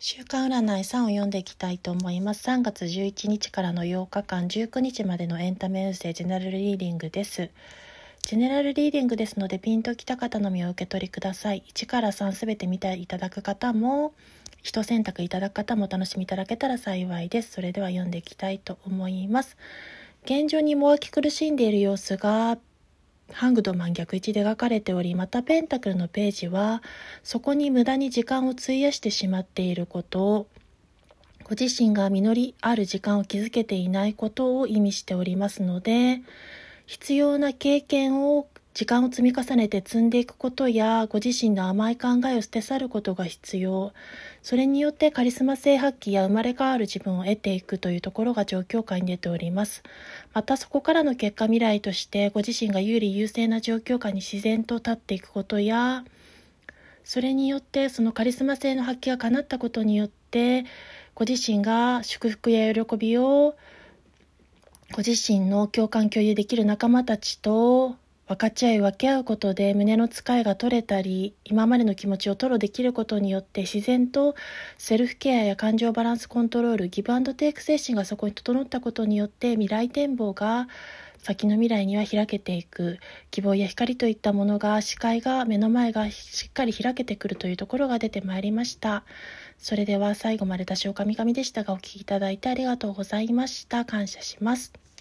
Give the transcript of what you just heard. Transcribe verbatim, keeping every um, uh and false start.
週間占いさんを読んでいきたいと思います。さんがつじゅういちにちからのようかかん、じゅうくにちまでのエンタメ運勢ジェネラルリーディングです。ジェネラルリーディングですので、ピンときた方のみお受け取りください。いちからさんすべて見ていただく方も、一選択いただく方もお楽しみいただけたら幸いです。それでは読んでいきたいと思います。現状にもがき苦しんでいる様子がハングドマン逆位置で描かれており、またペンタクルのページはそこに無駄に時間を費やしてしまっていることを、ご自身が実りある時間を築けていないことを意味しておりますので、必要な経験を時間を積み重ねて積んでいくことや、ご自身の甘い考えを捨て去ることが必要。それによってカリスマ性発揮や生まれ変わる自分を得ていくというところが状況下に出ております。またそこからの結果未来として、ご自身が有利優勢な状況下に自然と立っていくことや、それによってそのカリスマ性の発揮が叶ったことによって、ご自身が祝福や喜びをご自身の共感共有できる仲間たちと分かち合い分け合うことで、胸の使いが取れたり、今までの気持ちを吐露できることによって、自然とセルフケアや感情バランスコントロール、ギブアンドテイク精神がそこに整ったことによって、未来展望が先の未来には開けていく。希望や光といったものが、視界が目の前がしっかり開けてくるというところが出てまいりました。それでは最後まで多少神々でしたが、お聞きいただいてありがとうございました。感謝します。